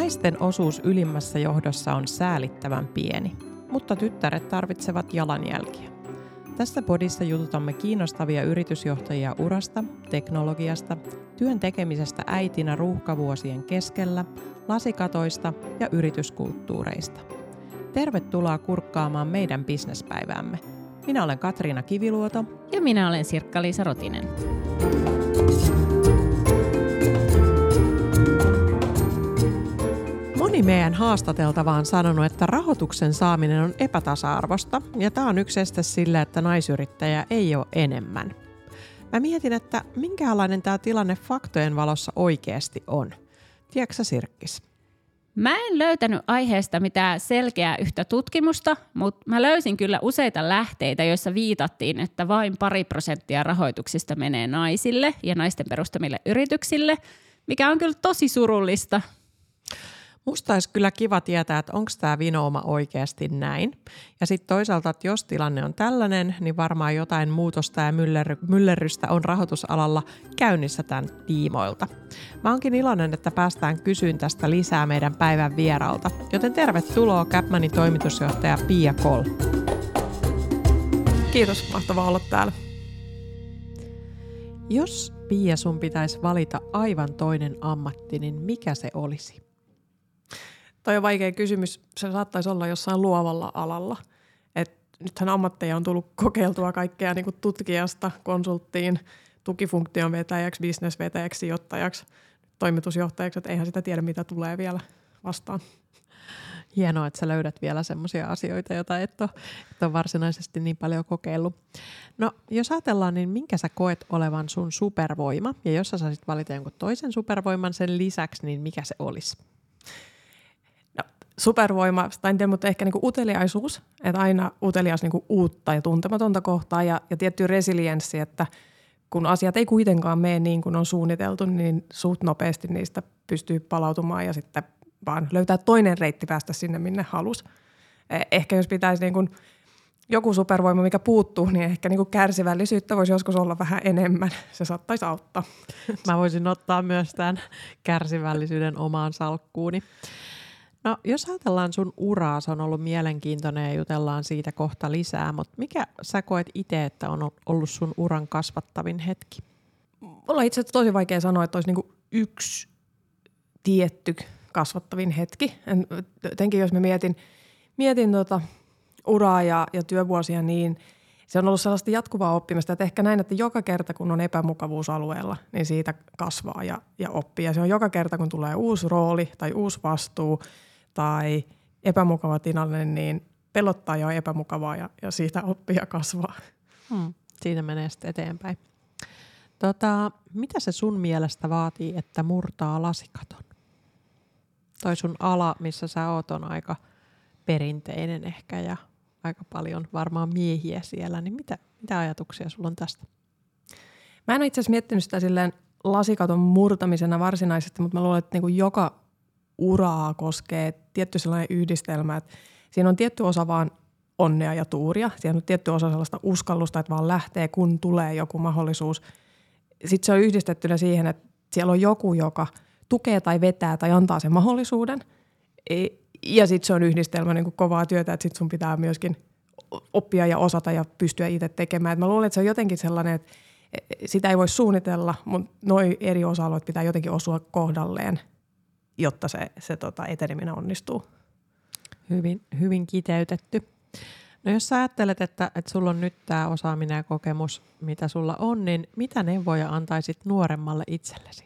Naisten osuus ylimmässä johdossa on säälittävän pieni, mutta tyttäret tarvitsevat jalanjälkiä. Tässä podissa jututamme kiinnostavia yritysjohtajia urasta, teknologiasta, työn tekemisestä äitinä ruuhkavuosien keskellä, lasikatoista ja yrityskulttuureista. Tervetuloa kurkkaamaan meidän bisnespäiväämme. Minä olen Katriina Kiviluoto. Ja minä olen Sirkka-Liisa Rotinen. Moni meidän haastateltava on sanonut, että rahoituksen saaminen on epätasa-arvosta, ja tämä on yksi este sille, että naisyrittäjä ei ole enemmän. Mä mietin, että minkälainen tämä tilanne faktojen valossa oikeasti on. Tiedätkö sä, Sirkkis? Mä en löytänyt aiheesta mitään selkeää yhtä tutkimusta, mutta mä löysin kyllä useita lähteitä, joissa viitattiin, että vain 2% rahoituksista menee naisille ja naisten perustamille yrityksille, mikä on kyllä tosi surullista. Musta olisi kyllä kiva tietää, että onko tämä vinouma oikeasti näin. Ja sitten toisaalta, että jos tilanne on tällainen, niin varmaan jotain muutosta ja myllerrystä on rahoitusalalla käynnissä tämän tiimoilta. Mä oonkin iloinen, että päästään kysyyn tästä lisää meidän päivän vieralta. Joten tervetuloa Capmanin toimitusjohtaja Pia Koll. Kiitos, mahtavaa olla täällä. Jos Pia sun pitäisi valita aivan toinen ammatti, niin mikä se olisi? Toi on vaikea kysymys. Se saattaisi olla jossain luovalla alalla. Nythän ammatteja on tullut kokeiltua kaikkea niin kuin tutkijasta, konsulttiin, tukifunktion vetäjäksi, bisnesvetäjäksi, sijoittajaksi, toimitusjohtajaksi. Että eihän sitä tiedä, mitä tulee vielä vastaan. Hienoa, että sä löydät vielä semmoisia asioita, joita et ole varsinaisesti niin paljon kokeillut. No, jos ajatellaan, niin minkä sä koet olevan sun supervoima? Ja jos sä saisit valita jonkun toisen supervoiman sen lisäksi, niin mikä se olisi? Supervoima, tai en tiedä, mutta ehkä niinku uteliaisuus, että aina utelias niinku uutta ja tuntematonta kohtaa ja tietty resilienssi, että kun asiat ei kuitenkaan mene niin kuin on suunniteltu, niin suht nopeasti niistä pystyy palautumaan ja sitten vaan löytää toinen reitti päästä sinne, minne halusi. Ehkä jos pitäisi niinku joku supervoima, mikä puuttuu, niin ehkä niinku kärsivällisyyttä voisi joskus olla vähän enemmän. Se saattaisi auttaa. Mä voisin ottaa myös tämän kärsivällisyyden omaan salkkuuni. No, jos ajatellaan sun uraa, se on ollut mielenkiintoinen ja jutellaan siitä kohta lisää, mutta mikä sä koet itse, että on ollut sun uran kasvattavin hetki? Mulla on itse asiassa tosi vaikea sanoa, että olisi niinku yksi tietty kasvattavin hetki. Jotenkin jos mä mietin uraa ja työvuosia, niin se on ollut sellaista jatkuvaa oppimista, että ehkä näin, että joka kerta kun on epämukavuusalueella, niin siitä kasvaa ja oppii. Ja se on joka kerta, kun tulee uusi rooli tai uusi vastuu tai epämukava tilanne, niin pelottaa ja on epämukavaa ja siitä oppii ja kasvaa. Siinä menee sitten eteenpäin. Mitä se sun mielestä vaatii, että murtaa lasikaton? Toi sun ala, missä sä oot, on aika perinteinen ehkä ja aika paljon varmaan miehiä siellä, niin mitä ajatuksia sulla on tästä? Mä en ole itse asiassa miettinyt sitä silleen lasikaton murtamisena varsinaisesti, mutta mä luulen, että niinku joka uraa koskee tietty sellainen yhdistelmä, että siinä on tietty osa vaan onnea ja tuuria. Siinä on tietty osa sellaista uskallusta, että vaan lähtee, kun tulee joku mahdollisuus. Sitten se on yhdistettynä siihen, että siellä on joku, joka tukee tai vetää tai antaa sen mahdollisuuden. Ja sitten se on yhdistelmä niin kuin kovaa työtä, että sitten sun pitää myöskin oppia ja osata ja pystyä itse tekemään. Et mä luulen, että se on jotenkin sellainen, että sitä ei voi suunnitella, mutta noi eri osa-alueet pitää jotenkin osua kohdalleen, jotta se eteneminen onnistuu. Hyvin kiteytetty. No jos sä ajattelet, että sulla on nyt tämä osaaminen ja kokemus, mitä sulla on, niin mitä neuvoja antaisit nuoremmalle itsellesi?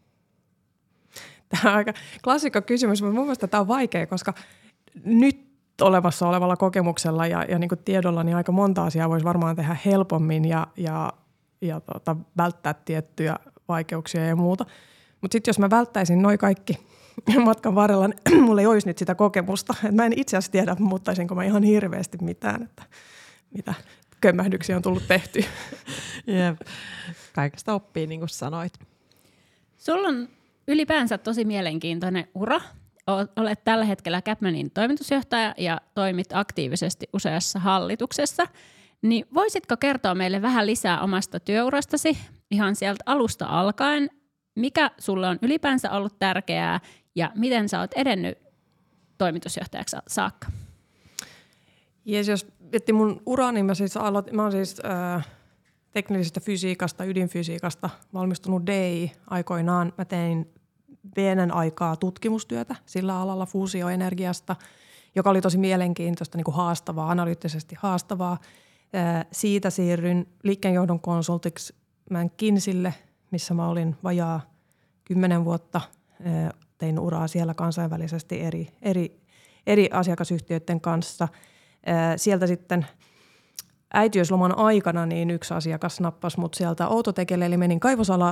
Tämä on aika klassikko kysymys, mutta mun mielestä tämä on vaikea, koska nyt olemassa olevalla kokemuksella ja niin kuin tiedolla niin aika monta asiaa voisi varmaan tehdä helpommin ja välttää tiettyjä vaikeuksia ja muuta. Mutta sitten jos mä välttäisin noi kaikki matkan varrella, niin mulla ei olisi nyt sitä kokemusta. Et mä en itse asiassa tiedä, muuttaisinko mä ihan hirveästi mitään, että mitä kömmähdyksiä on tullut tehtyä. Jep. Kaikesta oppii, niin kuin sanoit. Sulla on ylipäänsä tosi mielenkiintoinen ura. Olet tällä hetkellä Capmanin toimitusjohtaja ja toimit aktiivisesti useassa hallituksessa. Niin voisitko kertoa meille vähän lisää omasta työurastasi ihan sieltä alusta alkaen? Mikä sulle on ylipäänsä ollut tärkeää ja miten sä oot edennyt toimitusjohtajaksi saakka? Jes, jos miettii mun urani, niin mä oon siis teknillisestä fysiikasta, ydinfysiikasta valmistunut DI aikoinaan. Mä tein pienen aikaa tutkimustyötä sillä alalla fuusioenergiasta, joka oli tosi mielenkiintoista, niin kuin haastavaa, analyyttisesti haastavaa. Siitä siirryin liikkeenjohdon konsultiksi McKinseylle, missä mä olin vajaa 10 vuotta. Tein uraa siellä kansainvälisesti eri asiakasyhtiöiden kanssa. Sieltä sitten äitiysloman aikana niin yksi asiakas nappasi mut sieltä Outotecelle, eli menin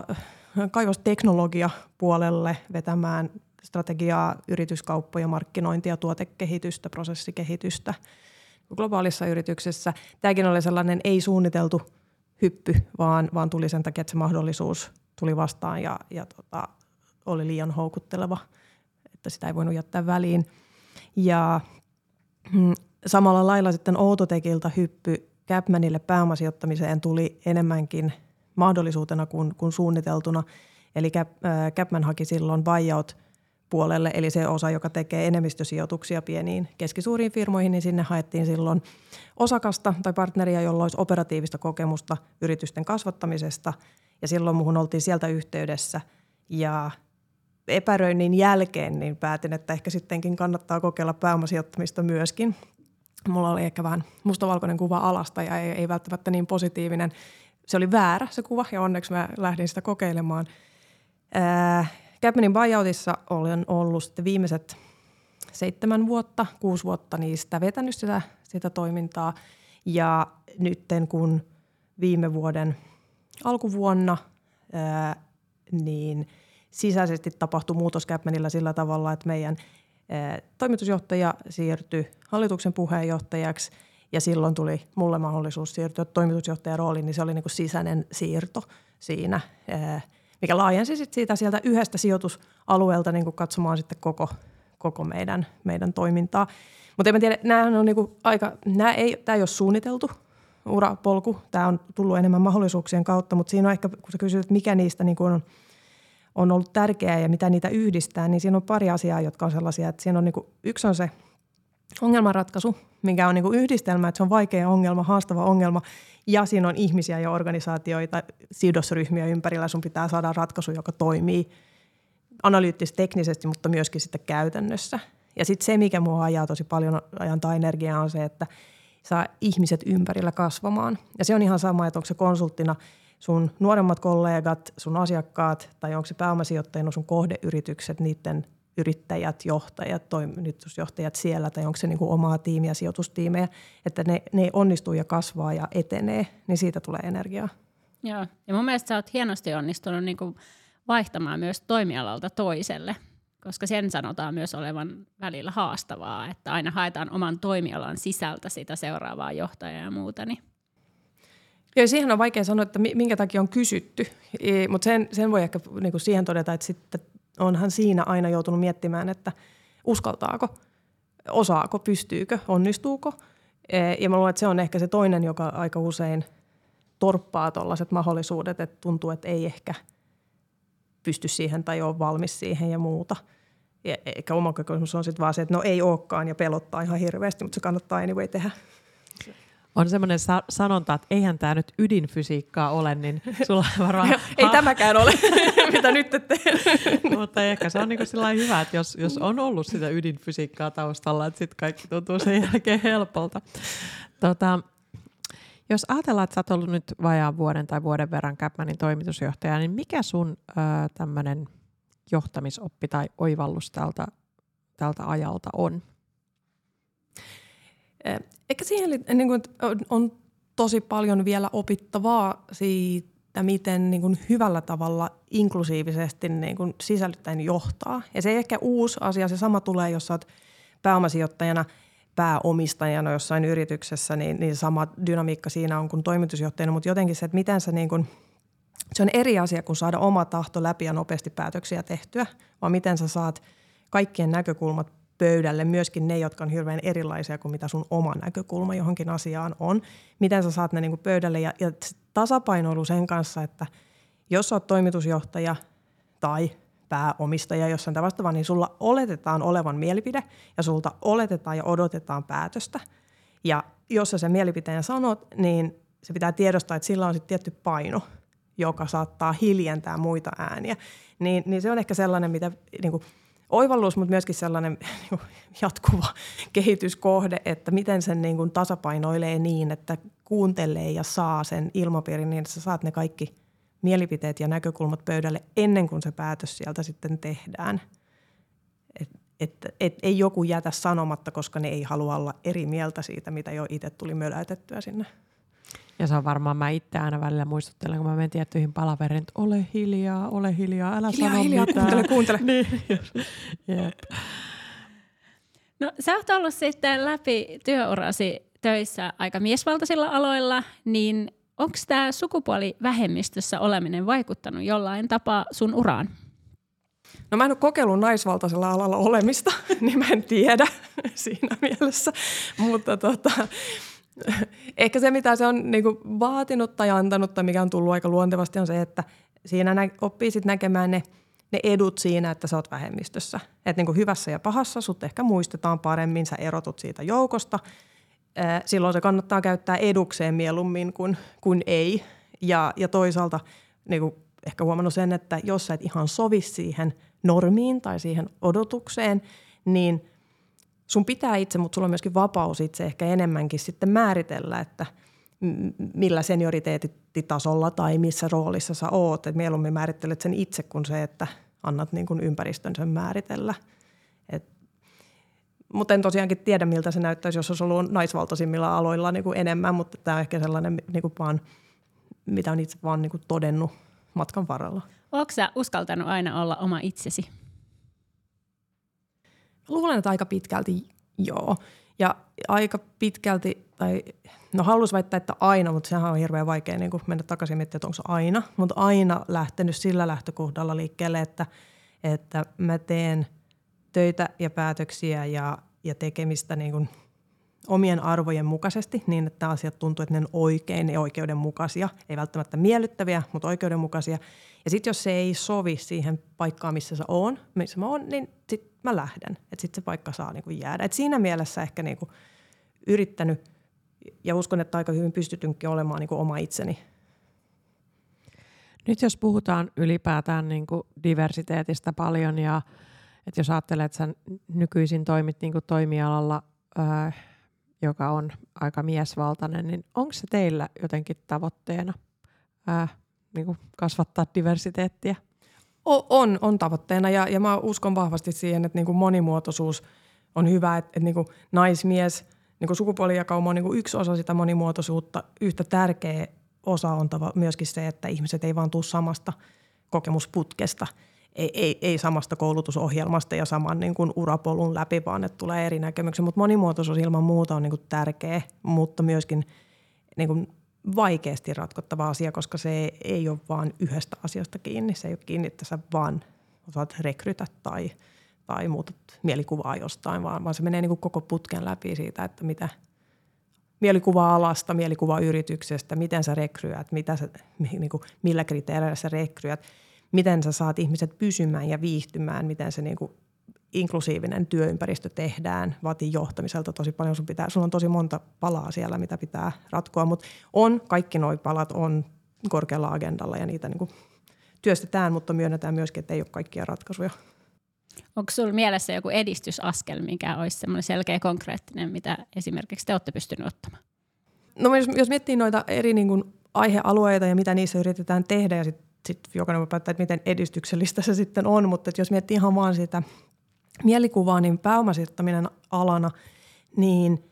kaivosteknologia-puolelle vetämään strategiaa, yrityskauppoja, markkinointia, tuotekehitystä, prosessikehitystä globaalissa yrityksessä. Tämäkin oli sellainen ei-suunniteltu hyppy, vaan tuli sen takia, että se mahdollisuus tuli vastaan ja oli liian houkutteleva, että sitä ei voinut jättää väliin. Ja samalla lailla sitten Outotecilta hyppy Capmanille pääomasijoittamiseen tuli enemmänkin mahdollisuutena kuin suunniteltuna. Eli Capman haki silloin buyout-puolelle, eli se osa, joka tekee enemmistösijoituksia pieniin keskisuuriin firmoihin, niin sinne haettiin silloin osakasta tai partneria, jolla olisi operatiivista kokemusta yritysten kasvattamisesta. Ja silloin muhun oltiin sieltä yhteydessä ja epäröinnin jälkeen niin päätin, että ehkä sittenkin kannattaa kokeilla pääomasijoittamista myöskin. Mulla oli ehkä vähän mustavalkoinen kuva alasta ja ei välttämättä niin positiivinen. Se oli väärä se kuva ja onneksi mä lähdin sitä kokeilemaan. Capmanin buyoutissa olen ollut sitten viimeiset 7 vuotta, 6 vuotta niistä vetänyt sitä toimintaa. Ja nytten kun viime vuoden alkuvuonna niin sisäisesti tapahtui muutos Capmanilla sillä tavalla, että meidän toimitusjohtaja siirtyi hallituksen puheenjohtajaksi ja silloin tuli mulle mahdollisuus siirtyä toimitusjohtajan rooliin, niin se oli niin kuin sisäinen siirto siinä, mikä laajensi sit sieltä yhdestä sijoitusalueelta niin kuin katsomaan sitten koko meidän toimintaa. Mutta en mä tiedä, tämä ei ole suunniteltu urapolku, tämä on tullut enemmän mahdollisuuksien kautta, mutta siinä on ehkä, kun sä kysyt, että mikä niistä niin kuin on ollut tärkeää ja mitä niitä yhdistää, niin siinä on pari asiaa, jotka on sellaisia, että siinä on niin kuin, yksi on se ongelmanratkaisu, mikä on niin kuin yhdistelmä, että se on vaikea ongelma, haastava ongelma ja siinä on ihmisiä ja organisaatioita, sidosryhmiä ympärillä, sun pitää saada ratkaisu, joka toimii analyyttisesti, teknisesti, mutta myöskin sitten käytännössä. Ja sitten se, mikä mua ajaa tosi paljon ajantaa energiaa, on se, että saa ihmiset ympärillä kasvamaan. Ja se on ihan sama, että onko se konsulttina sun nuoremmat kollegat, sun asiakkaat tai onko se pääomasijoittajana sun kohdeyritykset, niiden yrittäjät, johtajat, toimitusjohtajat siellä tai onko se niinku omaa tiimiä, sijoitustiimejä, että ne onnistuu ja kasvaa ja etenee, niin siitä tulee energiaa. Joo, ja mun mielestä sä oot hienosti onnistunut niinku vaihtamaan myös toimialalta toiselle, koska sen sanotaan myös olevan välillä haastavaa, että aina haetaan oman toimialan sisältä sitä seuraavaa johtajaa ja muuta. Niin. Ja siihen on vaikea sanoa, että minkä takia on kysytty, mutta sen voi ehkä niin kuin siihen todeta, että sitten onhan siinä aina joutunut miettimään, että uskaltaako, osaako, pystyykö, onnistuuko. Ja mä luulen, että se on ehkä se toinen, joka aika usein torppaa tuollaiset mahdollisuudet, että tuntuu, että ei ehkä pysty siihen tai ole valmis siihen ja muuta. Ja ehkä oma kokemus on sitten vaan se, että no ei olekaan ja pelottaa ihan hirveästi, mutta se kannattaa anyway tehdä. On semmoinen sanonta, että eihän tämä nyt ydinfysiikkaa ole, niin sulla on varmaan... Ei tämäkään ole, mitä nyt ette Mutta ehkä se on niin kuin hyvä, että jos on ollut sitä ydinfysiikkaa taustalla, että sitten kaikki tuntuu sen jälkeen helpolta. Jos ajatellaan, että sä oot ollut nyt vajaan vuoden tai vuoden verran Capmanin toimitusjohtaja, niin mikä sun tämmöinen johtamisoppi tai oivallus tältä ajalta on? Ehkä siihen niin kuin, on tosi paljon vielä opittavaa siitä, miten niin kuin hyvällä tavalla inklusiivisesti niin kuin sisällyttäen johtaa. Ja se ei ehkä uusi asia, se sama tulee, jos olet pääomasijoittajana, pääomistajana jossain yrityksessä, niin sama dynamiikka siinä on kuin toimitusjohtajana, mutta jotenkin se, että miten sä niin kuin, se on eri asia kuin saada oma tahto läpi ja nopeasti päätöksiä tehtyä, vaan miten sä saat kaikkien näkökulmat pöydälle, myöskin ne, jotka on hirveän erilaisia kuin mitä sun oma näkökulma johonkin asiaan on. Miten sä saat ne niin kuin pöydälle ja tasapainoilu sen kanssa, että jos sä oot toimitusjohtaja tai pääomistaja jossain tai vastaavaa, niin sulla oletetaan olevan mielipide ja sulta oletetaan ja odotetaan päätöstä. Ja jos sä sen mielipiteen sanot, niin se pitää tiedostaa, että sillä on sitten tietty paino, joka saattaa hiljentää muita ääniä. Niin se on ehkä sellainen, mitä niin oivallus, mutta myöskin sellainen jatkuva kehityskohde, että miten sen niin kuin tasapainoilee niin, että kuuntelee ja saa sen ilmapiirin niin, että sä saat ne kaikki mielipiteet ja näkökulmat pöydälle ennen kuin se päätös sieltä sitten tehdään. Et ei joku jätä sanomatta, koska ne ei halua olla eri mieltä siitä, mitä jo itse tuli möläytettyä sinne. Ja se on varmaan, mä itse aina välillä muistuttelen, kun mä menen tiettyihin palaveriin, että ole hiljaa, älä sano mitään. Kuuntele. Niin, jep. No sä oot ollut sitten läpi työurasi töissä aika miesvaltaisilla aloilla, niin onko tämä sukupuolivähemmistössä oleminen vaikuttanut jollain tapaa sun uraan? No mä en ole kokeillut naisvaltaisella alalla olemista, niin mä en tiedä siinä mielessä, mutta ehkä se, mitä se on niinku vaatinut tai antanut tai mikä on tullut aika luontevasti on se, että siinä oppii sit näkemään ne edut siinä, että sä oot vähemmistössä. Että niinku hyvässä ja pahassa sut ehkä muistetaan paremmin, sä erotut siitä joukosta. Silloin se kannattaa käyttää edukseen mieluummin kuin ei. Ja toisaalta niinku ehkä huomannut sen, että jos sä et ihan sovi siihen normiin tai siihen odotukseen, niin sun pitää itse, mutta sulla on myöskin vapaus itse ehkä enemmänkin sitten määritellä, että millä senioriteettitasolla tai missä roolissa sä oot. Et mieluummin määrittelet sen itse kuin se, että annat niin kuin ympäristön sen määritellä. Mutta en tosiaankin tiedä, miltä se näyttäisi, jos olisi ollut naisvaltaisimmilla aloilla niin kuin enemmän, mutta tämä on ehkä sellainen, niin kuin vaan, mitä on itse vaan niin kuin todennut matkan varrella. Oletko sä uskaltanut aina olla oma itsesi? Luulen, että aika pitkälti joo. Ja aika pitkälti, tai no haluaisin väittää, että aina, mutta sehän on hirveän vaikea niin kuin mennä takaisin ja miettiä, että onko se aina. Mutta aina lähtenyt sillä lähtökohdalla liikkeelle, että mä teen töitä ja päätöksiä ja tekemistä niin kuin omien arvojen mukaisesti niin, että asiat tuntuu, että ne on oikein ja oikeudenmukaisia. Ei välttämättä miellyttäviä, mutta oikeudenmukaisia. Ja sitten jos se ei sovi siihen paikkaan, missä mä oon, niin sitten mä lähden. Että sitten se paikka saa niin kuin jäädä. Et siinä mielessä ehkä niin kuin yrittänyt ja uskon, että aika hyvin pystytynkin olemaan niin kuin oma itseni. Nyt jos puhutaan ylipäätään niin kuin diversiteetistä paljon ja että jos ajattelee, että sä nykyisin toimit niin kuin toimialalla, joka on aika miesvaltainen, niin onko se teillä jotenkin tavoitteena niin kuin kasvattaa diversiteettiä? On tavoitteena ja mä uskon vahvasti siihen, että niin kuin monimuotoisuus on hyvä, että niin kuin naismies, niin kuin sukupuolijakauma on niin kuin yksi osa sitä monimuotoisuutta. Yhtä tärkeä osa on myöskin se, että ihmiset ei vaan tule samasta kokemusputkesta, ei samasta koulutusohjelmasta ja saman niin kuin urapolun läpi, vaan että tulee eri näkemyksiä. Mutta monimuotoisuus ilman muuta on niin kuin tärkeä, mutta myöskin niin kuin vaikeasti ratkottava asia, koska se ei ole vaan yhdestä asiasta kiinni. Se ei ole kiinni, että sä vaan osaat rekrytä tai muutat mielikuvaa jostain, vaan se menee niin kuin koko putken läpi siitä, että mitä mielikuva-alasta, mielikuva-yrityksestä, miten sä rekryät, niin kuin, millä kriteereillä sä rekryät, miten sä saat ihmiset pysymään ja viihtymään, miten se niin kuin inklusiivinen työympäristö tehdään, vaatii johtamiselta tosi paljon. Sulla on tosi monta palaa siellä, mitä pitää ratkoa, mutta kaikki nuo palat on korkealla agendalla ja niitä niin kuin työstetään, mutta myönnetään myöskin, että ei ole kaikkia ratkaisuja. Onko sinulla mielessä joku edistysaskel, mikä olisi semmoinen selkeä konkreettinen, mitä esimerkiksi te olette pystyneet ottamaan? No jos miettii noita eri niin kuin aihealueita ja mitä niissä yritetään tehdä ja sitten jokainen voi päättää, että miten edistyksellistä se sitten on, mutta jos miettii ihan vaan sitä mielikuvaa, niin pääomasijoittaminen alana, niin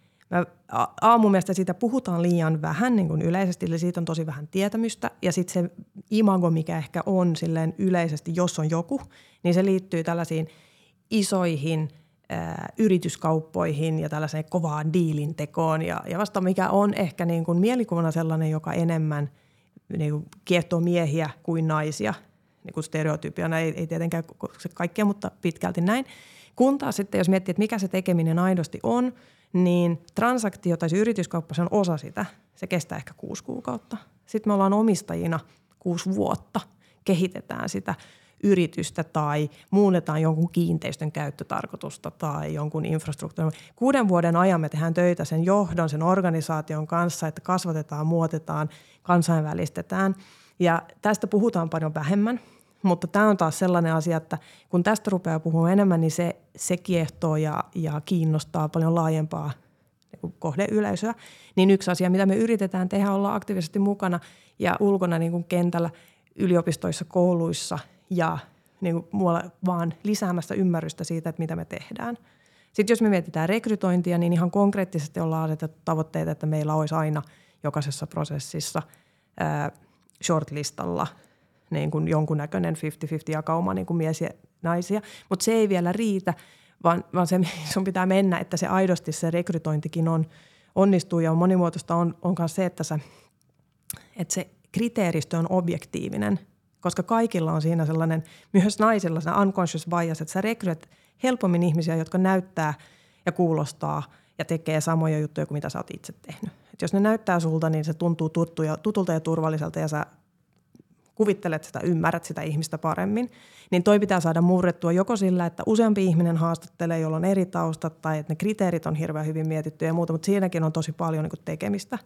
mun mielestä siitä puhutaan liian vähän niin kuin yleisesti, eli siitä on tosi vähän tietämystä. Ja sitten se imago, mikä ehkä on silleen yleisesti, jos on joku, niin se liittyy tällaisiin isoihin yrityskauppoihin ja tällaiseen kovaan diilin tekoon. Ja vasta mikä on ehkä niin kuin mielikuvana sellainen, joka enemmän niin kuin kiehtoo miehiä kuin naisia, niin kuin stereotypiana, ei tietenkään kaikkea, mutta pitkälti näin. Kun taas sitten, jos miettii, että mikä se tekeminen aidosti on, niin transaktio tai se yrityskauppa, se on osa sitä. Se kestää ehkä 6 kuukautta. Sitten me ollaan omistajina 6 vuotta, kehitetään sitä yritystä tai muunnetaan jonkun kiinteistön käyttötarkoitusta tai jonkun infrastruktuurin. 6 vuoden ajan me tehdään töitä sen johdon, sen organisaation kanssa, että kasvatetaan, muotetaan, kansainvälistetään. Ja tästä puhutaan paljon vähemmän, mutta tämä on taas sellainen asia, että kun tästä rupeaa puhumaan enemmän, niin se kiehtoo ja kiinnostaa paljon laajempaa kohdeyleisöä. Niin yksi asia, mitä me yritetään tehdä, olla aktiivisesti mukana ja ulkona niin kuin kentällä, yliopistoissa, kouluissa ja niin kuin muualla vaan lisäämässä ymmärrystä siitä, että mitä me tehdään. Sitten jos me mietitään rekrytointia, niin ihan konkreettisesti ollaan asetettu tavoitteita, että meillä olisi aina jokaisessa prosessissa shortlistalla niin kuin jonkunnäköinen 50-50 jakauma niin kuin mies ja naisia, mutta se ei vielä riitä, vaan sun pitää mennä, että se aidosti se rekrytointikin onnistuu ja on monimuotoista on myös se, että se kriteeristö on objektiivinen, koska kaikilla on siinä sellainen, myös naisilla se unconscious bias, että sä rekryt helpommin ihmisiä, jotka näyttää ja kuulostaa ja tekee samoja juttuja kuin mitä sä oot itse tehnyt. Et jos ne näyttää sulta, niin se tuntuu tutulta ja turvalliselta ja sä kuvittelet sitä, ymmärrät sitä ihmistä paremmin, niin toi pitää saada murrettua joko sillä, että useampi ihminen haastattelee, jolla on eri taustat tai että ne kriteerit on hirveän hyvin mietitty ja muuta, mutta siinäkin on tosi paljon niin kuin tekemistä.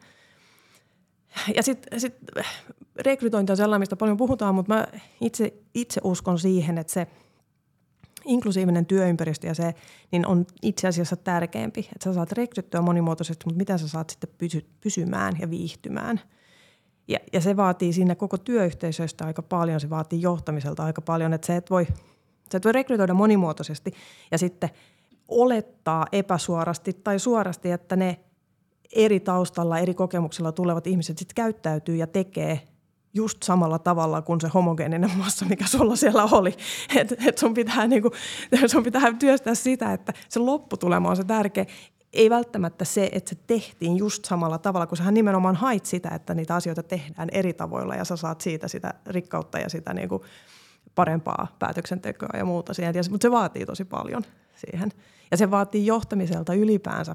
Ja sitten rekrytointi on sellainen, mistä paljon puhutaan, mutta mä itse uskon siihen, että se inklusiivinen työympäristö ja se niin on itse asiassa tärkeämpi, että sä saat rekryttyä monimuotoisesti, mutta miten sä saat sitten pysymään ja viihtymään. Ja se vaatii siinä koko työyhteisöstä aika paljon, se vaatii johtamiselta aika paljon, että sä et voi rekrytoida monimuotoisesti ja sitten olettaa epäsuorasti tai suorasti, että ne eri taustalla, eri kokemuksilla tulevat ihmiset sitten käyttäytyy ja tekee just samalla tavalla kuin se homogeeninen massa, mikä sulla siellä oli. Et sun pitää työstää sitä, että se lopputulema on se tärkeä. Ei välttämättä se, että se tehtiin just samalla tavalla, kun sähän nimenomaan hait sitä, että niitä asioita tehdään eri tavoilla ja sä saat siitä sitä rikkautta ja sitä niin kuin parempaa päätöksentekoa ja muuta siihen. Mutta se vaatii tosi paljon siihen. Ja se vaatii johtamiselta ylipäänsä.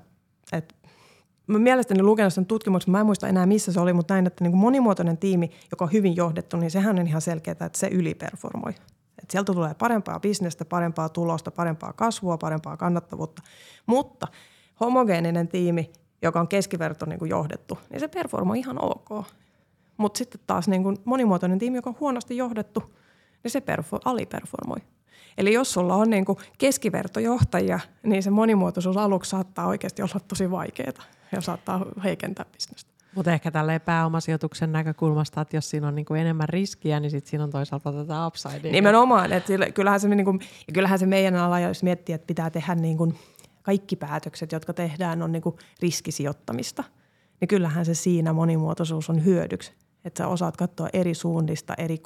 Mä mielestäni lukenut sen tutkimuksen, mä en muista enää missä se oli, mutta näin, että niin kuin monimuotoinen tiimi, joka on hyvin johdettu, niin sehän on ihan selkeää, että se yliperformoi. Että sieltä tulee parempaa bisnestä, parempaa tulosta, parempaa kasvua, parempaa kannattavuutta, mutta homogeeninen tiimi, joka on keskiverto niin kuin johdettu, niin se performoi ihan ok. Mutta sitten taas niin kuin monimuotoinen tiimi, joka on huonosti johdettu, niin se aliperformoi. Eli jos sulla on niin kuin keskivertojohtajia, niin se monimuotoisuus aluksi saattaa oikeasti olla tosi vaikeaa ja saattaa heikentää bisnestä. Mutta ehkä tälleen pääomasijoituksen näkökulmasta, että jos siinä on niinku enemmän riskiä, niin sitten siinä on toisaalta tätä upsidea. Nimenomaan, että kyllähän se meidän ala, jos miettii, että pitää tehdä niinku kaikki päätökset, jotka tehdään, on niinku riskisijoittamista, niin kyllähän se siinä monimuotoisuus on hyödyksi. Että sä osaat katsoa eri suunnista, eri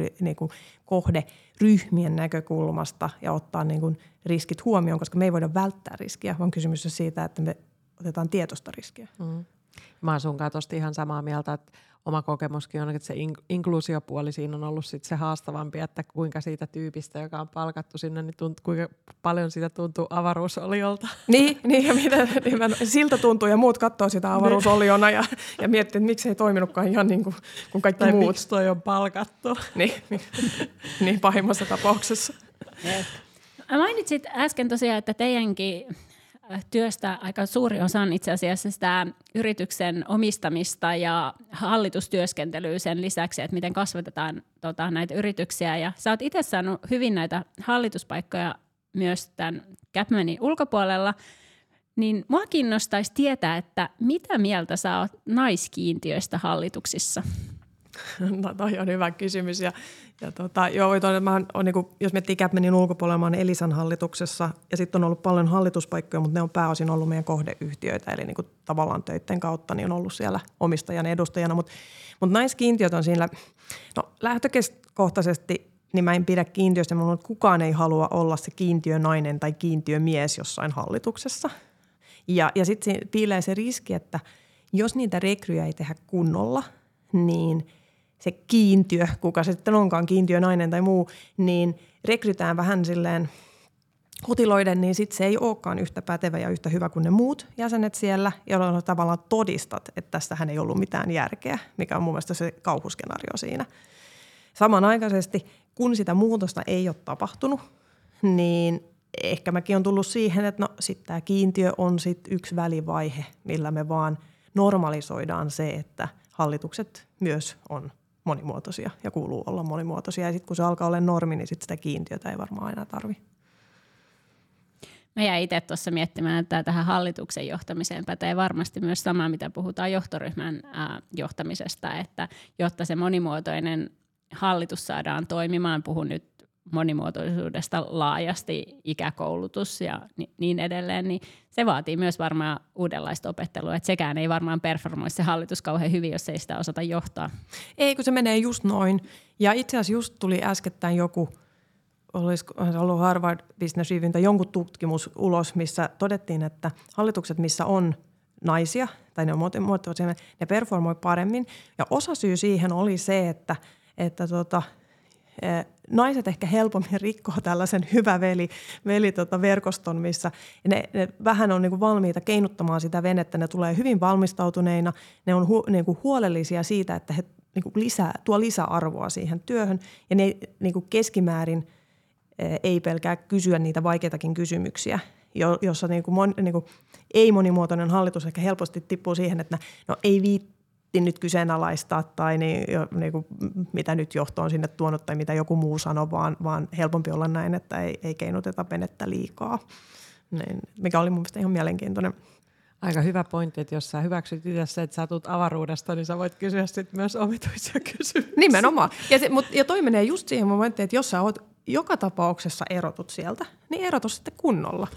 kohderyhmien näkökulmasta ja ottaa niinku riskit huomioon, koska me ei voida välttää riskiä, vaan kysymys on siitä, että me otetaan tietoista riskiä. Mm. Mä oon sunkaan tosta ihan samaa mieltä, että oma kokemuskin on, että se inkluusiopuoli siinä on ollut sit se haastavampi, että kuinka siitä tyypistä, joka on palkattu sinne, niin kuinka paljon siitä tuntuu avaruusoliolta. Niin siltä tuntuu ja muut katsoo sitä avaruusoliona ja miettii, että miksi ei toiminutkaan ihan niin kuin kaikki tai muut. Miksi toi on palkattu. Niin pahimmassa tapauksessa. Mainitsit äsken tosiaan, että teidänkin työstä aika suuri osa on itse asiassa sitä yrityksen omistamista ja hallitustyöskentelyä sen lisäksi, että miten kasvatetaan näitä yrityksiä. Ja sä oot itse saanut hyvin näitä hallituspaikkoja myös tämän Capmanin ulkopuolella, niin mua kiinnostaisi tietää, että mitä mieltä sä oot naiskiintiöistä hallituksissa? No, toi on hyvä kysymys. Jos miettii Capmanin ulkopuolella, mä oon Elisan hallituksessa ja sitten on ollut paljon hallituspaikkoja, mutta ne on pääosin ollut meidän kohdeyhtiöitä, eli niin kuin tavallaan töiden kautta niin on ollut siellä omistajan edustajana. Mutta naiskiintiöt on siinä, lähtökohtaisesti niin mä en pidä kiintiöstä, mutta kukaan ei halua olla se kiintiönainen tai kiintiömies jossain hallituksessa. Ja sitten piilee se riski, että jos niitä rekryjä ei tehdä kunnolla, niin se kiintiö, kuka se sitten onkaan, kiintiönainen tai muu, niin rekrytään vähän silleen hutiloiden, niin sitten se ei olekaan yhtä pätevä ja yhtä hyvä kuin ne muut jäsenet siellä, jolloin tavallaan todistat, että tässähän ei ollut mitään järkeä, mikä on mun mielestä se kauhuskenaario siinä. Samanaikaisesti, kun sitä muutosta ei ole tapahtunut, niin ehkä mäkin on tullut siihen, että no sitten tämä kiintiö on sitten yksi välivaihe, millä me vaan normalisoidaan se, että hallitukset myös on monimuotoisia ja kuuluu olla monimuotoisia. Ja sitten kun se alkaa olla normi, niin sitten sitä kiintiötä ei varmaan enää tarvitse. Mä jäin itse tuossa miettimään, että tähän hallituksen johtamiseen pätee varmasti myös sama, mitä puhutaan johtoryhmän johtamisesta, että jotta se monimuotoinen hallitus saadaan toimimaan, puhun nyt monimuotoisuudesta laajasti, ikäkoulutus ja niin edelleen, niin se vaatii myös varmaan uudenlaista opettelua, että sekään ei varmaan performoi se hallitus kauhean hyvin, jos ei sitä osata johtaa. Ei, kun se menee just noin. Ja itse asiassa just tuli äskettäin joku, olisiko se ollut Harvard Business Review tai jonkun tutkimus ulos, missä todettiin, että hallitukset, missä on naisia tai ne on monimuotoisia, ne performoi paremmin. Ja osasyy siihen oli se, että naiset ehkä helpommin rikkoo tällaisen hyvä verkoston, missä ne vähän on niinku valmiita keinuttamaan sitä venettä. Ne tulee hyvin valmistautuneina, ne on niinku huolellisia siitä, että he niinku tuo lisäarvoa siihen työhön ja ne niinku keskimäärin ei pelkää kysyä niitä vaikeitakin kysymyksiä, jossa niinku ei monimuotoinen hallitus ehkä helposti tippuu siihen, että no ei viitti nyt kyseenalaistaa tai niinku, mitä nyt johto on sinne tuonut tai mitä joku muu sanoo, vaan helpompi olla näin, että ei keinuteta venettä liikaa, niin, mikä oli mun mielestä ihan mielenkiintoinen. Aika hyvä pointti, että jos sä hyväksyt itse se, että sä tulet avaruudesta, niin sä voit kysyä sitten myös omituisia kysymyksiä. Nimenomaan. Ja toi menee just siihen momenttiin, että jos sä oot joka tapauksessa erotut sieltä, niin erotu sitten kunnolla.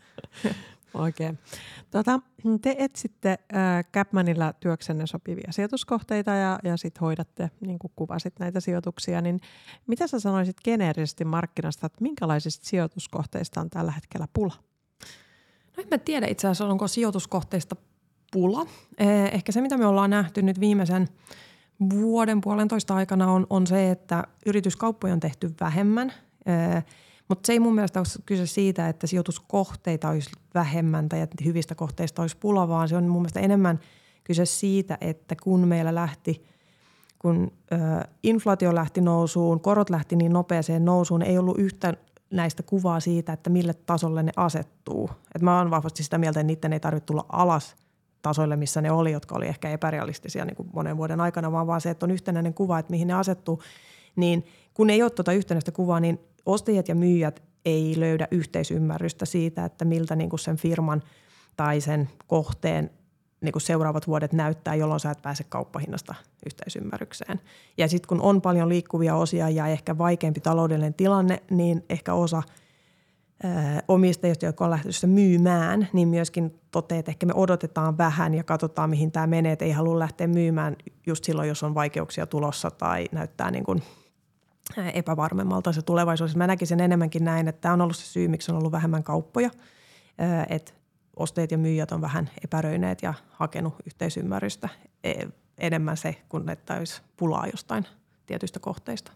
Oikein. Te etsitte CapManilla työksenne sopivia sijoituskohteita ja sitten hoidatte, niin kuin kuvasit näitä sijoituksia, niin mitä sä sanoisit geneerisesti markkinasta, että minkälaisista sijoituskohteista on tällä hetkellä pula? No en mä tiedä itse asiassa, onko sijoituskohteista pula. Ehkä se, mitä me ollaan nähty nyt viimeisen vuoden puolentoista aikana on se, että yrityskauppoja on tehty vähemmän, mutta se ei mun mielestä ole kyse siitä, että sijoituskohteita olisi vähemmän tai että hyvistä kohteista olisi pula, vaan se on mun mielestä enemmän kyse siitä, että kun meillä kun inflaatio lähti nousuun, korot lähti niin nopeaseen nousuun, ei ollut yhtä näistä kuvaa siitä, että mille tasolle ne asettuu. Et mä oon vahvasti sitä mieltä, että niiden ei tarvitse tulla alas tasoille, missä ne oli, jotka oli ehkä epärealistisia niin kuin monen vuoden aikana, vaan se, että on yhtenäinen kuva, että mihin ne asettuu. Niin kun ei ole tuota yhtenäistä kuvaa, niin ostajat ja myyjät ei löydä yhteisymmärrystä siitä, että miltä niin kuin sen firman tai sen kohteen niin kuin seuraavat vuodet näyttää, jolloin sä et pääse kauppahinnasta yhteisymmärrykseen. Ja sitten kun on paljon liikkuvia osia ja ehkä vaikeampi taloudellinen tilanne, niin ehkä osa omistajista, jotka on lähdössä myymään, niin myöskin toteaa, että ehkä me odotetaan vähän ja katsotaan, mihin tämä menee, että ei halua lähteä myymään just silloin, jos on vaikeuksia tulossa tai näyttää niin kuin epävarmemmalta se tulevaisuus. Mä näkisin enemmänkin näin, että tämä on ollut se syy, miksi on ollut vähemmän kauppoja, että ostajat ja myyjät on vähän epäröineet ja hakenut yhteisymmärrystä enemmän se, kun että olisi pulaa jostain tietyistä kohteista.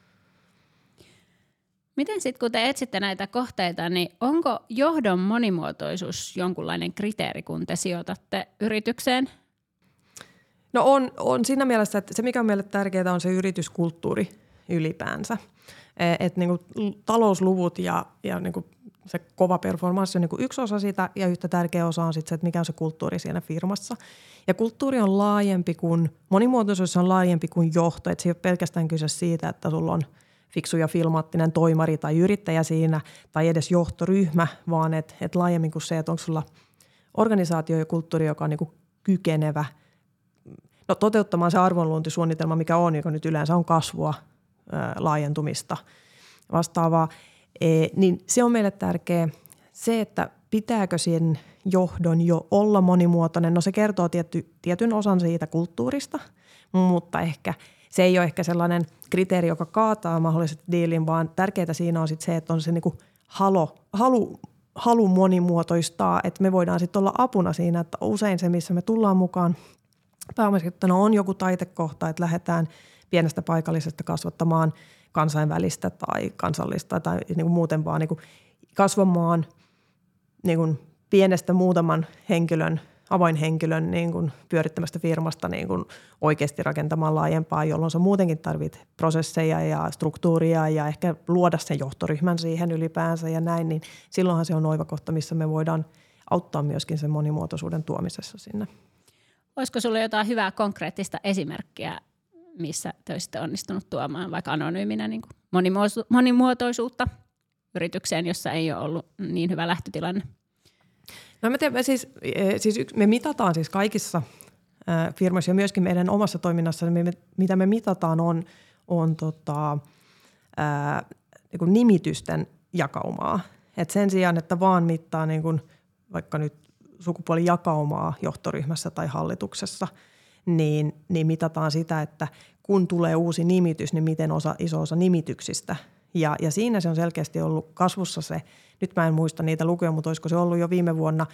Miten sitten, kun te etsitte näitä kohteita, niin onko johdon monimuotoisuus jonkunlainen kriteeri, kun te sijoitatte yritykseen? No on siinä mielessä, että se mikä on meille tärkeää on se yrityskulttuuri ylipäänsä. Että niinku talousluvut ja niinku se kova performanssi on niinku yksi osa sitä ja yhtä tärkeä osa on sitten se, että mikä on se kulttuuri siinä firmassa. Ja kulttuuri on laajempi kuin, monimuotoisuus on laajempi kuin johto. Että se ei ole pelkästään kyse siitä, että sulla on fiksu ja filmaattinen toimari tai yrittäjä siinä tai edes johtoryhmä, vaan että laajemmin kuin se, että onko sulla organisaatio ja kulttuuri, joka on niinku kykenevä toteuttamaan se arvonluontisuunnitelma, mikä on, joka nyt yleensä on kasvua, laajentumista vastaavaa, niin se on meille tärkeä. Se, että pitääkö sen johdon jo olla monimuotoinen, no se kertoo tietyn osan siitä kulttuurista, mutta ehkä se ei ole ehkä sellainen kriteeri, joka kaataa mahdollisesti diilin, vaan tärkeää siinä on sitten se, että on se niinku halu monimuotoistaa, että me voidaan sitten olla apuna siinä, että usein se, missä me tullaan mukaan pääomasijoittajana on joku taitekohta, että lähdetään pienestä paikallisesta kasvattamaan kansainvälistä tai kansallista tai niin kuin muuten vaan niin kuin kasvamaan niin kuin pienestä muutaman henkilön avainhenkilön niin kuin pyörittämästä firmasta niin kuin oikeasti rakentamaan laajempaa, jolloin sä muutenkin tarvit prosesseja ja struktuuria ja ehkä luoda sen johtoryhmän siihen ylipäänsä ja näin, niin silloinhan se on oiva kohta, missä me voidaan auttaa myöskin sen monimuotoisuuden tuomisessa sinne. Olisiko sinulla jotain hyvää konkreettista esimerkkiä, missä te olisitte onnistunut tuomaan vaikka anonyyminä niin kuin monimuotoisuutta yritykseen, jossa ei ole ollut niin hyvä lähtötilanne? No mä tiedän, me mitataan siis kaikissa firmoissa ja myöskin meidän omassa toiminnassa, mitä me mitataan on niin kuin nimitysten jakaumaa. Et sen sijaan, että vaan mittaa niin kuin vaikka nyt sukupuolijakaumaa johtoryhmässä tai hallituksessa, niin mitataan sitä, että kun tulee uusi nimitys, niin miten iso osa nimityksistä. Ja siinä se on selkeästi ollut kasvussa se, nyt mä en muista niitä lukuja, mutta olisiko se ollut jo viime vuonna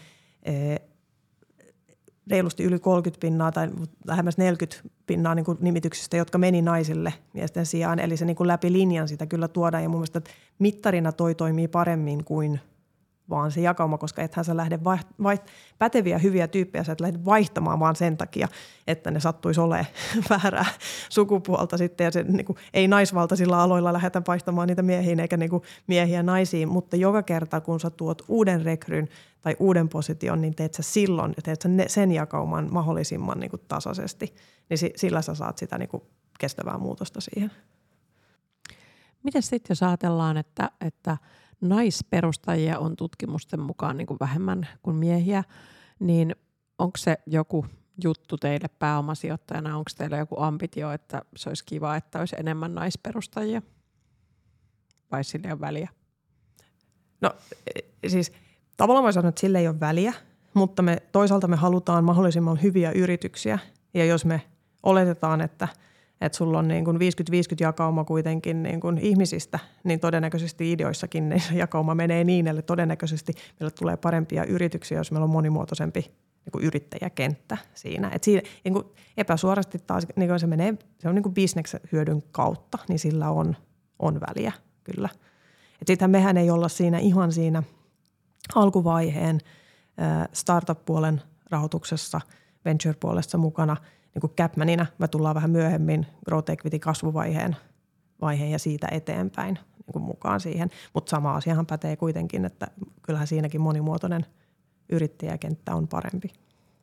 reilusti yli 30% tai lähemmäs 40% niin kuin nimityksistä, jotka meni naisille miesten sijaan. Eli se niin kuin läpi linjan sitä kyllä tuodaan ja mun mielestä mittarina toi toimii paremmin kuin vaan se jakauma, koska ethän sä lähde päteviä, hyviä tyyppejä, sä et lähde vaihtamaan vaan sen takia, että ne sattuisi olemaan väärää sukupuolta sitten. Ja se niin kuin, ei naisvaltaisilla aloilla lähdetä vaihtamaan niitä miehiin eikä niin kuin miehiä naisiin, mutta joka kerta kun sä tuot uuden rekryn tai uuden position, niin teet sä silloin, teet sä sen jakauman mahdollisimman niin kuin tasaisesti, niin sillä sä saat sitä niin kuin kestävää muutosta siihen. Miten sitten jos ajatellaan, että naisperustajia on tutkimusten mukaan niin kuin vähemmän kuin miehiä, niin onko se joku juttu teille pääomasijoittajana, onko teillä joku ambitio, että se olisi kiva, että olisi enemmän naisperustajia vai sillä ei ole väliä? No siis tavallaan voi sanoa, että sillä ei ole väliä, mutta toisaalta me halutaan mahdollisimman hyviä yrityksiä ja jos me oletetaan, että sulla on niin kuin 50-50 jakauma kuitenkin niin kuin ihmisistä, niin todennäköisesti ideoissakin ne jakauma menee niin, eli todennäköisesti meille tulee parempia yrityksiä, jos meillä on monimuotoisempi niin kuin yrittäjäkenttä siinä. Et siinä niin kuin epäsuorasti taas niin kuin se on niin kuin bisneksen hyödyn kautta, niin sillä on väliä kyllä. Sittenhän mehän ei olla ihan siinä alkuvaiheen startup-puolen rahoituksessa, venture-puolessa mukana, niin kuin Capmaninä me tullaan vähän myöhemmin growth equity kasvuvaiheen ja siitä eteenpäin niin kuin mukaan siihen. Mutta sama asiahan pätee kuitenkin, että kyllähän siinäkin monimuotoinen yrittäjäkenttä on parempi.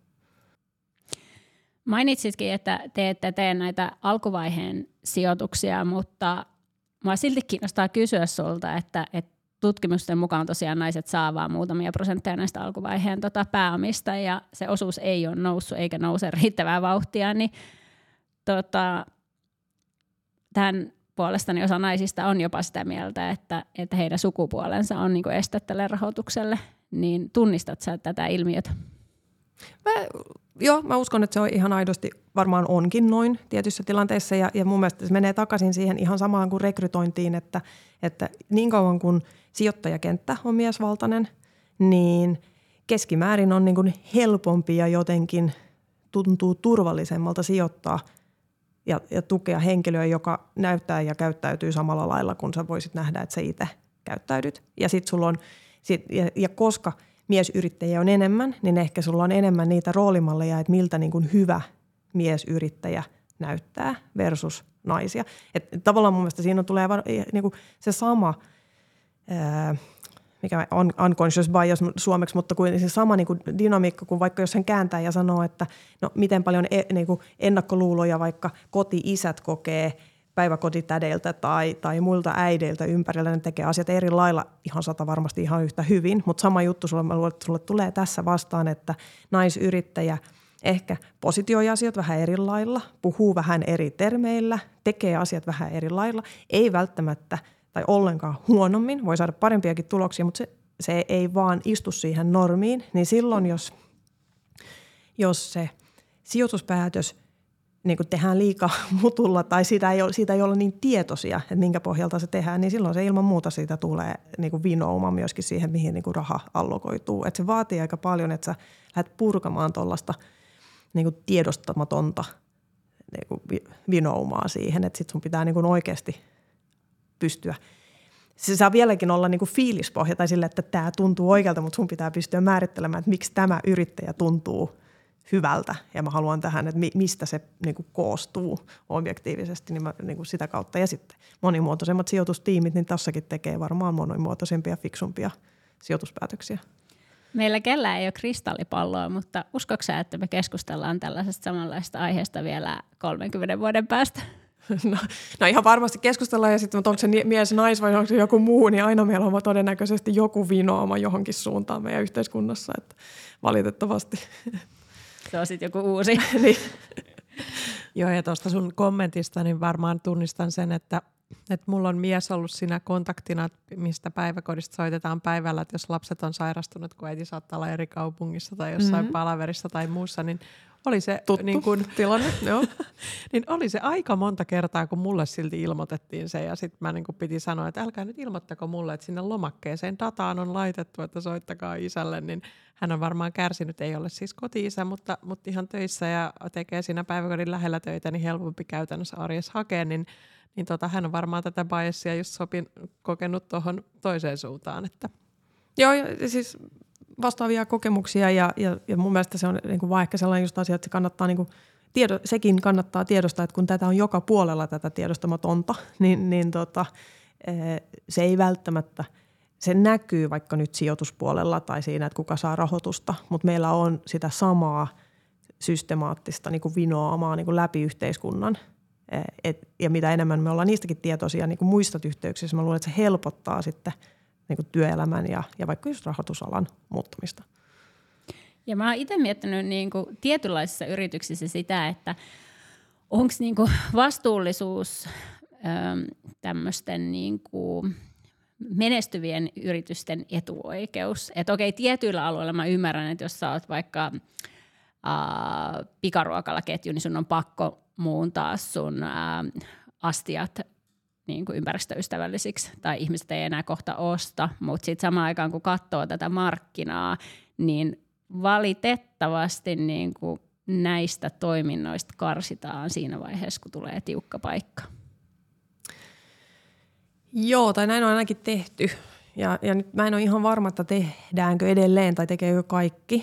Mainitsitkin, että te ette tee näitä alkuvaiheen sijoituksia, mutta minua silti kiinnostaa kysyä sulta, että tutkimusten mukaan tosiaan naiset saa vaan muutamia prosentteja näistä alkuvaiheen pääomista ja se osuus ei ole noussut eikä nouse riittävää vauhtia, niin tämän puolestani osa naisista on jopa sitä mieltä, että heidän sukupuolensa on niinku este tälle rahoitukselle, niin tunnistat sä tätä ilmiötä? Mä uskon, että se on ihan aidosti varmaan onkin noin tietyissä tilanteissa ja mun mielestä se menee takaisin siihen ihan samaan kuin rekrytointiin, että niin kauan kun sijoittajakenttä on miesvaltainen, niin keskimäärin on niin kuin helpompi ja jotenkin tuntuu turvallisemmalta sijoittaa ja tukea henkilöä, joka näyttää ja käyttäytyy samalla lailla, kun sä voisit nähdä, että sä itse käyttäydyt. Ja sit sulla on, ja koska miesyrittäjiä on enemmän, niin ehkä sulla on enemmän niitä roolimalleja, että miltä niin kuin hyvä miesyrittäjä näyttää versus naisia. Et tavallaan mun mielestä siinä tulee niin kuin se sama, mikä on unconscious bias suomeksi, mutta kuin se sama niin kuin dynamiikka, kuin vaikka jos hän kääntää ja sanoo, että no miten paljon niin kuin ennakkoluuloja vaikka koti-isät kokee päiväkotitädeiltä tai muilta äideiltä ympärillä, ne tekee asiat eri lailla, ihan varmasti ihan yhtä hyvin, mutta sama juttu sulle tulee tässä vastaan, että naisyrittäjä ehkä positioi asiat vähän eri lailla, puhuu vähän eri termeillä, tekee asiat vähän eri lailla, ei välttämättä tai ollenkaan huonommin, voi saada parempiakin tuloksia, mutta se ei vaan istu siihen normiin, niin silloin jos se sijoituspäätös niin kun tehdään liikaa mutulla tai siitä ei olla niin tietoisia, että minkä pohjalta se tehdään, niin silloin se ilman muuta siitä tulee niin kuin vinouma myöskin siihen, mihin niin kuin raha allokoituu. Et se vaatii aika paljon, että sä lähdet purkamaan tuollaista niin kuin tiedostamatonta niin kuin vinoumaa siihen, että sit sun pitää niin kuin oikeasti pystyä se saa vieläkin olla niin kuin fiilispohja tai sille, että tämä tuntuu oikealta, mutta sun pitää pystyä määrittelemään, että miksi tämä yrittäjä tuntuu hyvältä ja mä haluan tähän, että mistä se niin kuin koostuu objektiivisesti niin kuin sitä kautta. Ja sitten monimuotoisemmat sijoitustiimit, niin tossakin tekee varmaan monimuotoisempia, fiksumpia sijoituspäätöksiä. Meillä kellään ei ole kristallipalloa, mutta uskotko sä, että me keskustellaan tällaisesta samanlaista aiheesta vielä 30 vuoden päästä? No ihan varmasti keskustellaan ja sitten, mutta onko se mies, nais vai onko se joku muu, niin aina meillä on todennäköisesti joku vinoama johonkin suuntaan meidän yhteiskunnassa, että valitettavasti. Se on sitten joku uusi. Niin. Joo, ja tuosta sun kommentista niin varmaan tunnistan sen, että mulla on mies ollut siinä kontaktina, mistä päiväkodista soitetaan päivällä, että jos lapset on sairastunut, kun äiti saattaa olla eri kaupungissa tai jossain palaverissa tai muussa, niin oli se niin kun, tilanne, joo. niin oli se aika monta kertaa, kun mulle silti ilmoitettiin se ja sitten mä niin kun piti sanoa, että älkää nyt ilmoittako mulle, että sinne lomakkeeseen dataan on laitettu, että soittakaa isälle, niin hän on varmaan kärsinyt, ei ole siis koti-isä, mutta ihan töissä ja tekee siinä päiväkodin lähellä töitä, niin helpompi käytännössä arjessa hakea, niin hän on varmaan tätä biasia just kokenut tuohon toiseen suuntaan. Että. Joo, ja siis vastaavia kokemuksia ja mun mielestä se on niin kuin vaan ehkä sellainen just asia, että se kannattaa niin kuin sekin kannattaa tiedostaa, että kun tätä on joka puolella tätä tiedostamatonta, niin se ei välttämättä, se näkyy vaikka nyt sijoituspuolella tai siinä, että kuka saa rahoitusta, mutta meillä on sitä samaa systemaattista niin kuin vinoamaa niin kuin läpi yhteiskunnan. Ja mitä enemmän me ollaan niistäkin tietoisia niin kuin muista yhteyksissä, mä luulen, että se helpottaa sitten niin kuin työelämän ja vaikka just rahoitusalan muuttamista. Ja mä oon itse miettinyt niin kuin tietynlaisissa yrityksissä sitä, että onko niin kuin vastuullisuus tämmöisten niin kuin menestyvien yritysten etuoikeus. Että okei, tietyillä alueilla mä ymmärrän, että jos sä oot vaikka pikaruokalaketju, niin sun on pakko muuntaa sun astiat niin kuin ympäristöystävällisiksi tai ihmiset ei enää kohta osta, mutta sitten samaan aikaan kun katsoo tätä markkinaa, niin valitettavasti niin kuin näistä toiminnoista karsitaan siinä vaiheessa, kun tulee tiukka paikka. Joo, tai näin on ainakin tehty. Ja nyt mä en ole ihan varma, että tehdäänkö edelleen tai tekeekö kaikki.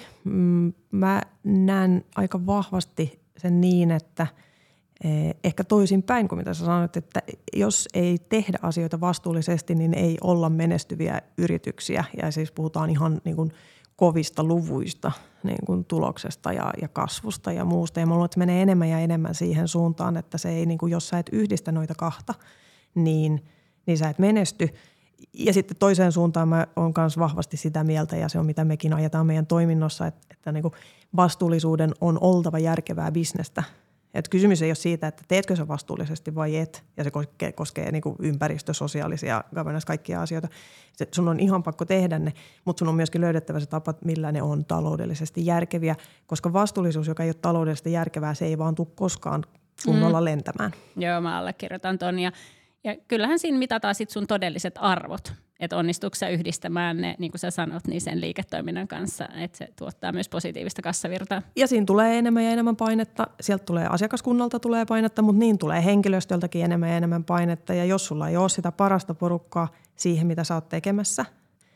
Mä näen aika vahvasti sen niin, että ehkä toisinpäin kuin mitä sä sanoit, että jos ei tehdä asioita vastuullisesti, niin ei olla menestyviä yrityksiä. Ja siis puhutaan ihan niin kuin kovista luvuista niin kuin tuloksesta ja kasvusta ja muusta. Ja mä luulen, että se menee enemmän ja enemmän siihen suuntaan, että se ei, niin kuin jos sä et yhdistä noita kahta, niin sä et menesty. Ja sitten toiseen suuntaan mä oon myös vahvasti sitä mieltä, ja se on mitä mekin ajetaan meidän toiminnossa, että niin kuin vastuullisuuden on oltava järkevää bisnestä. Et kysymys ei ole siitä, että teetkö sä vastuullisesti vai et, ja se koskee niin kuin ympäristö, sosiaalisia, governance, kaikkia asioita. Sun on ihan pakko tehdä ne, mutta sun on myöskin löydettävä se tapa, millä ne on taloudellisesti järkeviä, koska vastuullisuus, joka ei ole taloudellisesti järkevää, se ei vaan tule koskaan kunnolla lentämään. Joo, mä allekirjoitan ton, ja kyllähän siinä mitataan sit sun todelliset arvot, että onnistuuko sä yhdistämään ne, niin kuin sä sanot, niin sen liiketoiminnan kanssa, että se tuottaa myös positiivista kassavirtaa. Ja siinä tulee enemmän ja enemmän painetta. Sieltä tulee asiakaskunnalta tulee painetta, mutta niin tulee henkilöstöltäkin enemmän ja enemmän painetta. Ja jos sulla ei ole sitä parasta porukkaa siihen, mitä sä oot tekemässä,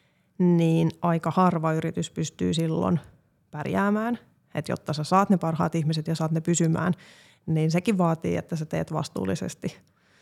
niin aika harva yritys pystyy silloin pärjäämään. Että jotta sä saat ne parhaat ihmiset ja saat ne pysymään, niin sekin vaatii, että sä teet vastuullisesti.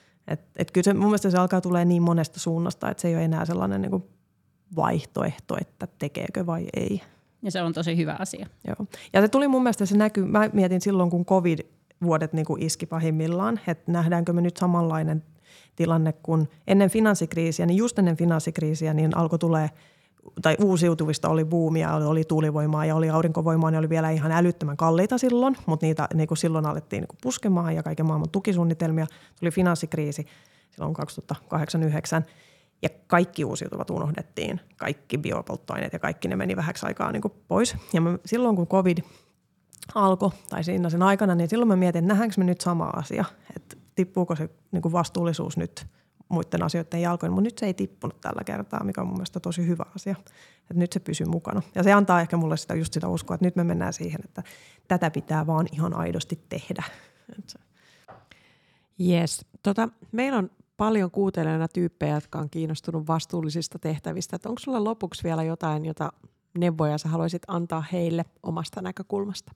Et kyllä se, mun mielestä se alkaa tulee niin monesta suunnasta, että se ei ole enää sellainen niin kuin vaihtoehto, että tekeekö vai ei. Ja se on tosi hyvä asia. Joo. Ja se tuli mun mielestä se näkyy, mä mietin silloin kun covid-vuodet niin kuin iski pahimmillaan, että nähdäänkö me nyt samanlainen tilanne kuin ennen finanssikriisiä, niin just ennen finanssikriisiä niin alkoi tulee, tai uusiutuvista oli buumia, oli tuulivoimaa ja oli aurinkovoimaa, ne oli vielä ihan älyttömän kalliita silloin, mutta niitä niin kuin silloin alettiin niin kuin puskemaan ja kaiken maailman tukisuunnitelmia. Tuli finanssikriisi silloin 2008-2009 ja kaikki uusiutuvat unohdettiin, kaikki biopolttoaineet ja kaikki ne meni vähäksi aikaa niin kuin pois. Ja silloin kun covid alkoi tai siinä sen aikana, niin silloin mä mietin, että nähdäänkö me nyt sama asia, että tippuuko se niin kuin vastuullisuus nyt muiden asioiden jalkoihin, mutta nyt se ei tippunut tällä kertaa, mikä on mun mielestä tosi hyvä asia. Että nyt se pysyy mukana. Ja se antaa ehkä mulle just sitä uskoa, että nyt me mennään siihen, että tätä pitää vaan ihan aidosti tehdä. Yes. Meillä on paljon kuuntelijana tyyppejä, jotka on kiinnostunut vastuullisista tehtävistä. Että onko sulla lopuksi vielä jotain, jota neuvoja sä haluaisit antaa heille omasta näkökulmasta?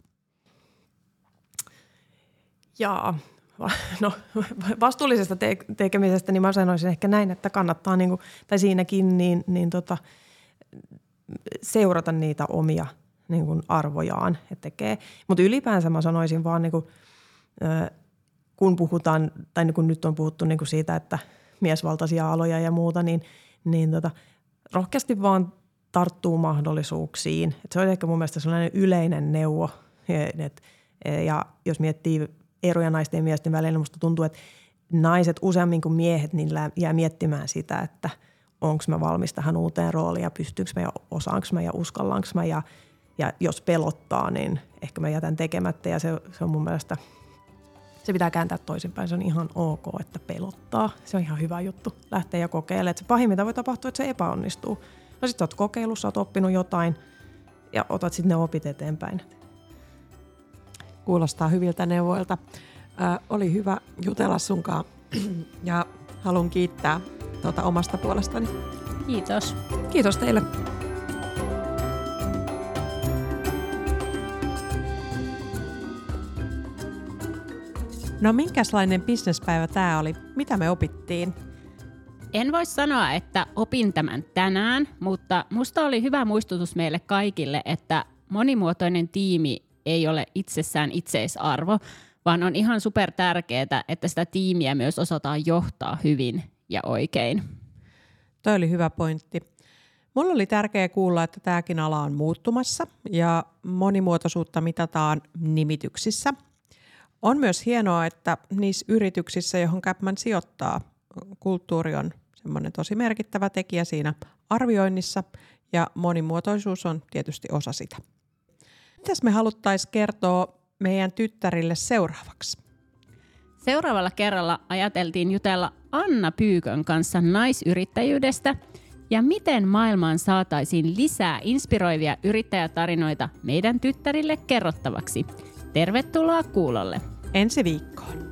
Jaa, no vastuullisesta tekemisestä niin mä sanoisin ehkä näin, että kannattaa tai siinäkin seurata niitä omia arvojaan, että tekee. Mutta ylipäänsä mä sanoisin vaan kun puhutaan, tai kun nyt on puhuttu siitä, että miesvaltaisia aloja ja muuta, niin rohkeasti vaan tarttuu mahdollisuuksiin. Et se on ehkä mun mielestä sellainen yleinen neuvo. Ja jos miettii eroja naisten ja miesten välillä, musta tuntuu, että naiset useammin kuin miehet niin jää miettimään sitä, että onko mä valmis tähän uuteen rooliin ja pystyykö mä ja osaanko mä ja uskallanko mä ja jos pelottaa, niin ehkä mä jätän tekemättä ja se on mun mielestä, se pitää kääntää toisinpäin. Se on ihan ok, että pelottaa. Se on ihan hyvä juttu lähteä ja kokeilemaan. Se pahin, mitä voi tapahtua, että se epäonnistuu. No sit sä oot kokeillut, sä oot oppinut jotain ja otat sitten ne opit eteenpäin. Kuulostaa hyviltä neuvoilta. Oli hyvä jutella sunkaan ja haluan kiittää omasta puolestani. Kiitos. Kiitos teille. No minkälainen bisnespäivä tämä oli? Mitä me opittiin? En voi sanoa, että opin tämän tänään, mutta musta oli hyvä muistutus meille kaikille, että monimuotoinen tiimi ei ole itsessään itseisarvo, vaan on ihan super tärkeää, että sitä tiimiä myös osataan johtaa hyvin ja oikein. Toi oli hyvä pointti. Mulla oli tärkeää kuulla, että tämäkin ala on muuttumassa ja monimuotoisuutta mitataan nimityksissä. On myös hienoa, että niissä yrityksissä, johon CapMan sijoittaa, kulttuuri on semmoinen tosi merkittävä tekijä siinä arvioinnissa ja monimuotoisuus on tietysti osa sitä. Mitäs me haluttaisiin kertoa meidän tyttärille seuraavaksi? Seuraavalla kerralla ajateltiin jutella Anna Pyykön kanssa naisyrittäjyydestä ja miten maailmaan saataisiin lisää inspiroivia yrittäjätarinoita meidän tyttärille kerrottavaksi. Tervetuloa kuulolle! Ensi viikkoon!